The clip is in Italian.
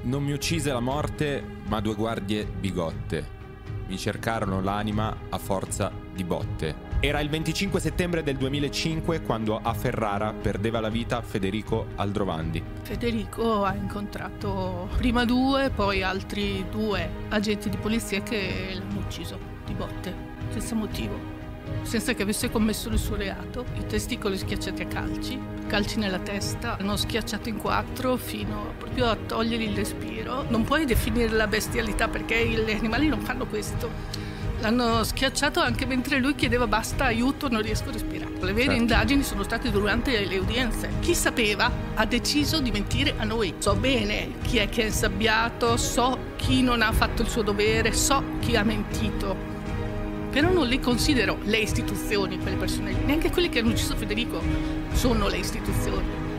Non mi uccise la morte, ma due guardie bigotte. Mi cercarono l'anima a forza di botte. Era il 25 settembre del 2005 quando a Ferrara perdeva la vita Federico Aldrovandi. Federico ha incontrato prima 2, poi altri 2 agenti di polizia che l'hanno ucciso di botte, senza motivo, senza che avesse commesso il suo reato. I testicoli schiacciati a calci nella testa, l'hanno schiacciato in 4 fino proprio a togliergli il respiro. Non puoi definire la bestialità perché gli animali non fanno questo. L'hanno schiacciato anche mentre lui chiedeva basta, aiuto, non riesco a respirare. Le vere indagini sono state durante le udienze. Chi sapeva ha deciso di mentire a noi. So bene chi è che è insabbiato, so chi non ha fatto il suo dovere, so chi ha mentito. Però non le considero le istituzioni, quelle persone lì. Neanche quelli che hanno ucciso Federico sono le istituzioni.